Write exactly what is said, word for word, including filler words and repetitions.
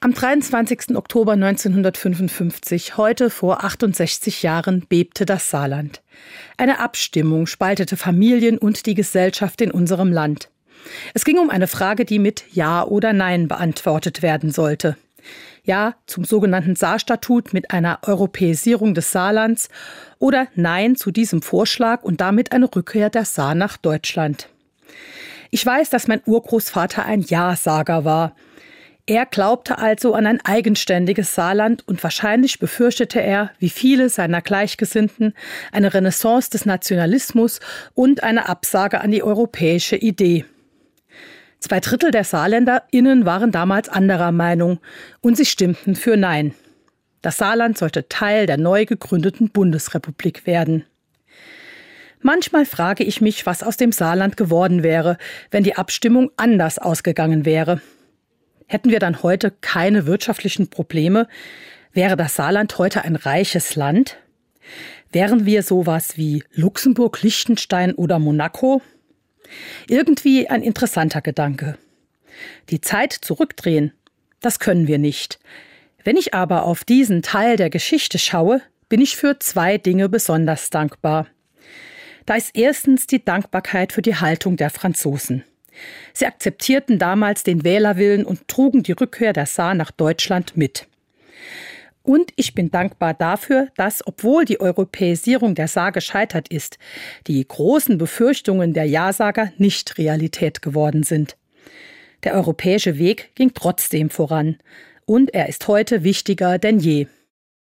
Am dreiundzwanzigsten Oktober neunzehnhundertfünfundfünfzig, heute vor achtundsechzig Jahren, bebte das Saarland. Eine Abstimmung spaltete Familien und die Gesellschaft in unserem Land. Es ging um eine Frage, die mit Ja oder Nein beantwortet werden sollte. Ja zum sogenannten Saarstatut mit einer Europäisierung des Saarlands oder Nein zu diesem Vorschlag und damit eine Rückkehr der Saar nach Deutschland. Ich weiß, dass mein Urgroßvater ein Ja-Sager war. Er glaubte also an ein eigenständiges Saarland und wahrscheinlich befürchtete er, wie viele seiner Gleichgesinnten, eine Renaissance des Nationalismus und eine Absage an die europäische Idee. Zwei Drittel der SaarländerInnen waren damals anderer Meinung und sie stimmten für Nein. Das Saarland sollte Teil der neu gegründeten Bundesrepublik werden. Manchmal frage ich mich, was aus dem Saarland geworden wäre, wenn die Abstimmung anders ausgegangen wäre. Hätten wir dann heute keine wirtschaftlichen Probleme? Wäre das Saarland heute ein reiches Land? Wären wir sowas wie Luxemburg, Liechtenstein oder Monaco? Irgendwie ein interessanter Gedanke. Die Zeit zurückdrehen, das können wir nicht. Wenn ich aber auf diesen Teil der Geschichte schaue, bin ich für zwei Dinge besonders dankbar. Da ist erstens die Dankbarkeit für die Haltung der Franzosen. Sie akzeptierten damals den Wählerwillen und trugen die Rückkehr der Saar nach Deutschland mit. Und ich bin dankbar dafür, dass, obwohl die Europäisierung der Saar gescheitert ist, die großen Befürchtungen der Ja-Sager nicht Realität geworden sind. Der europäische Weg ging trotzdem voran und er ist heute wichtiger denn je.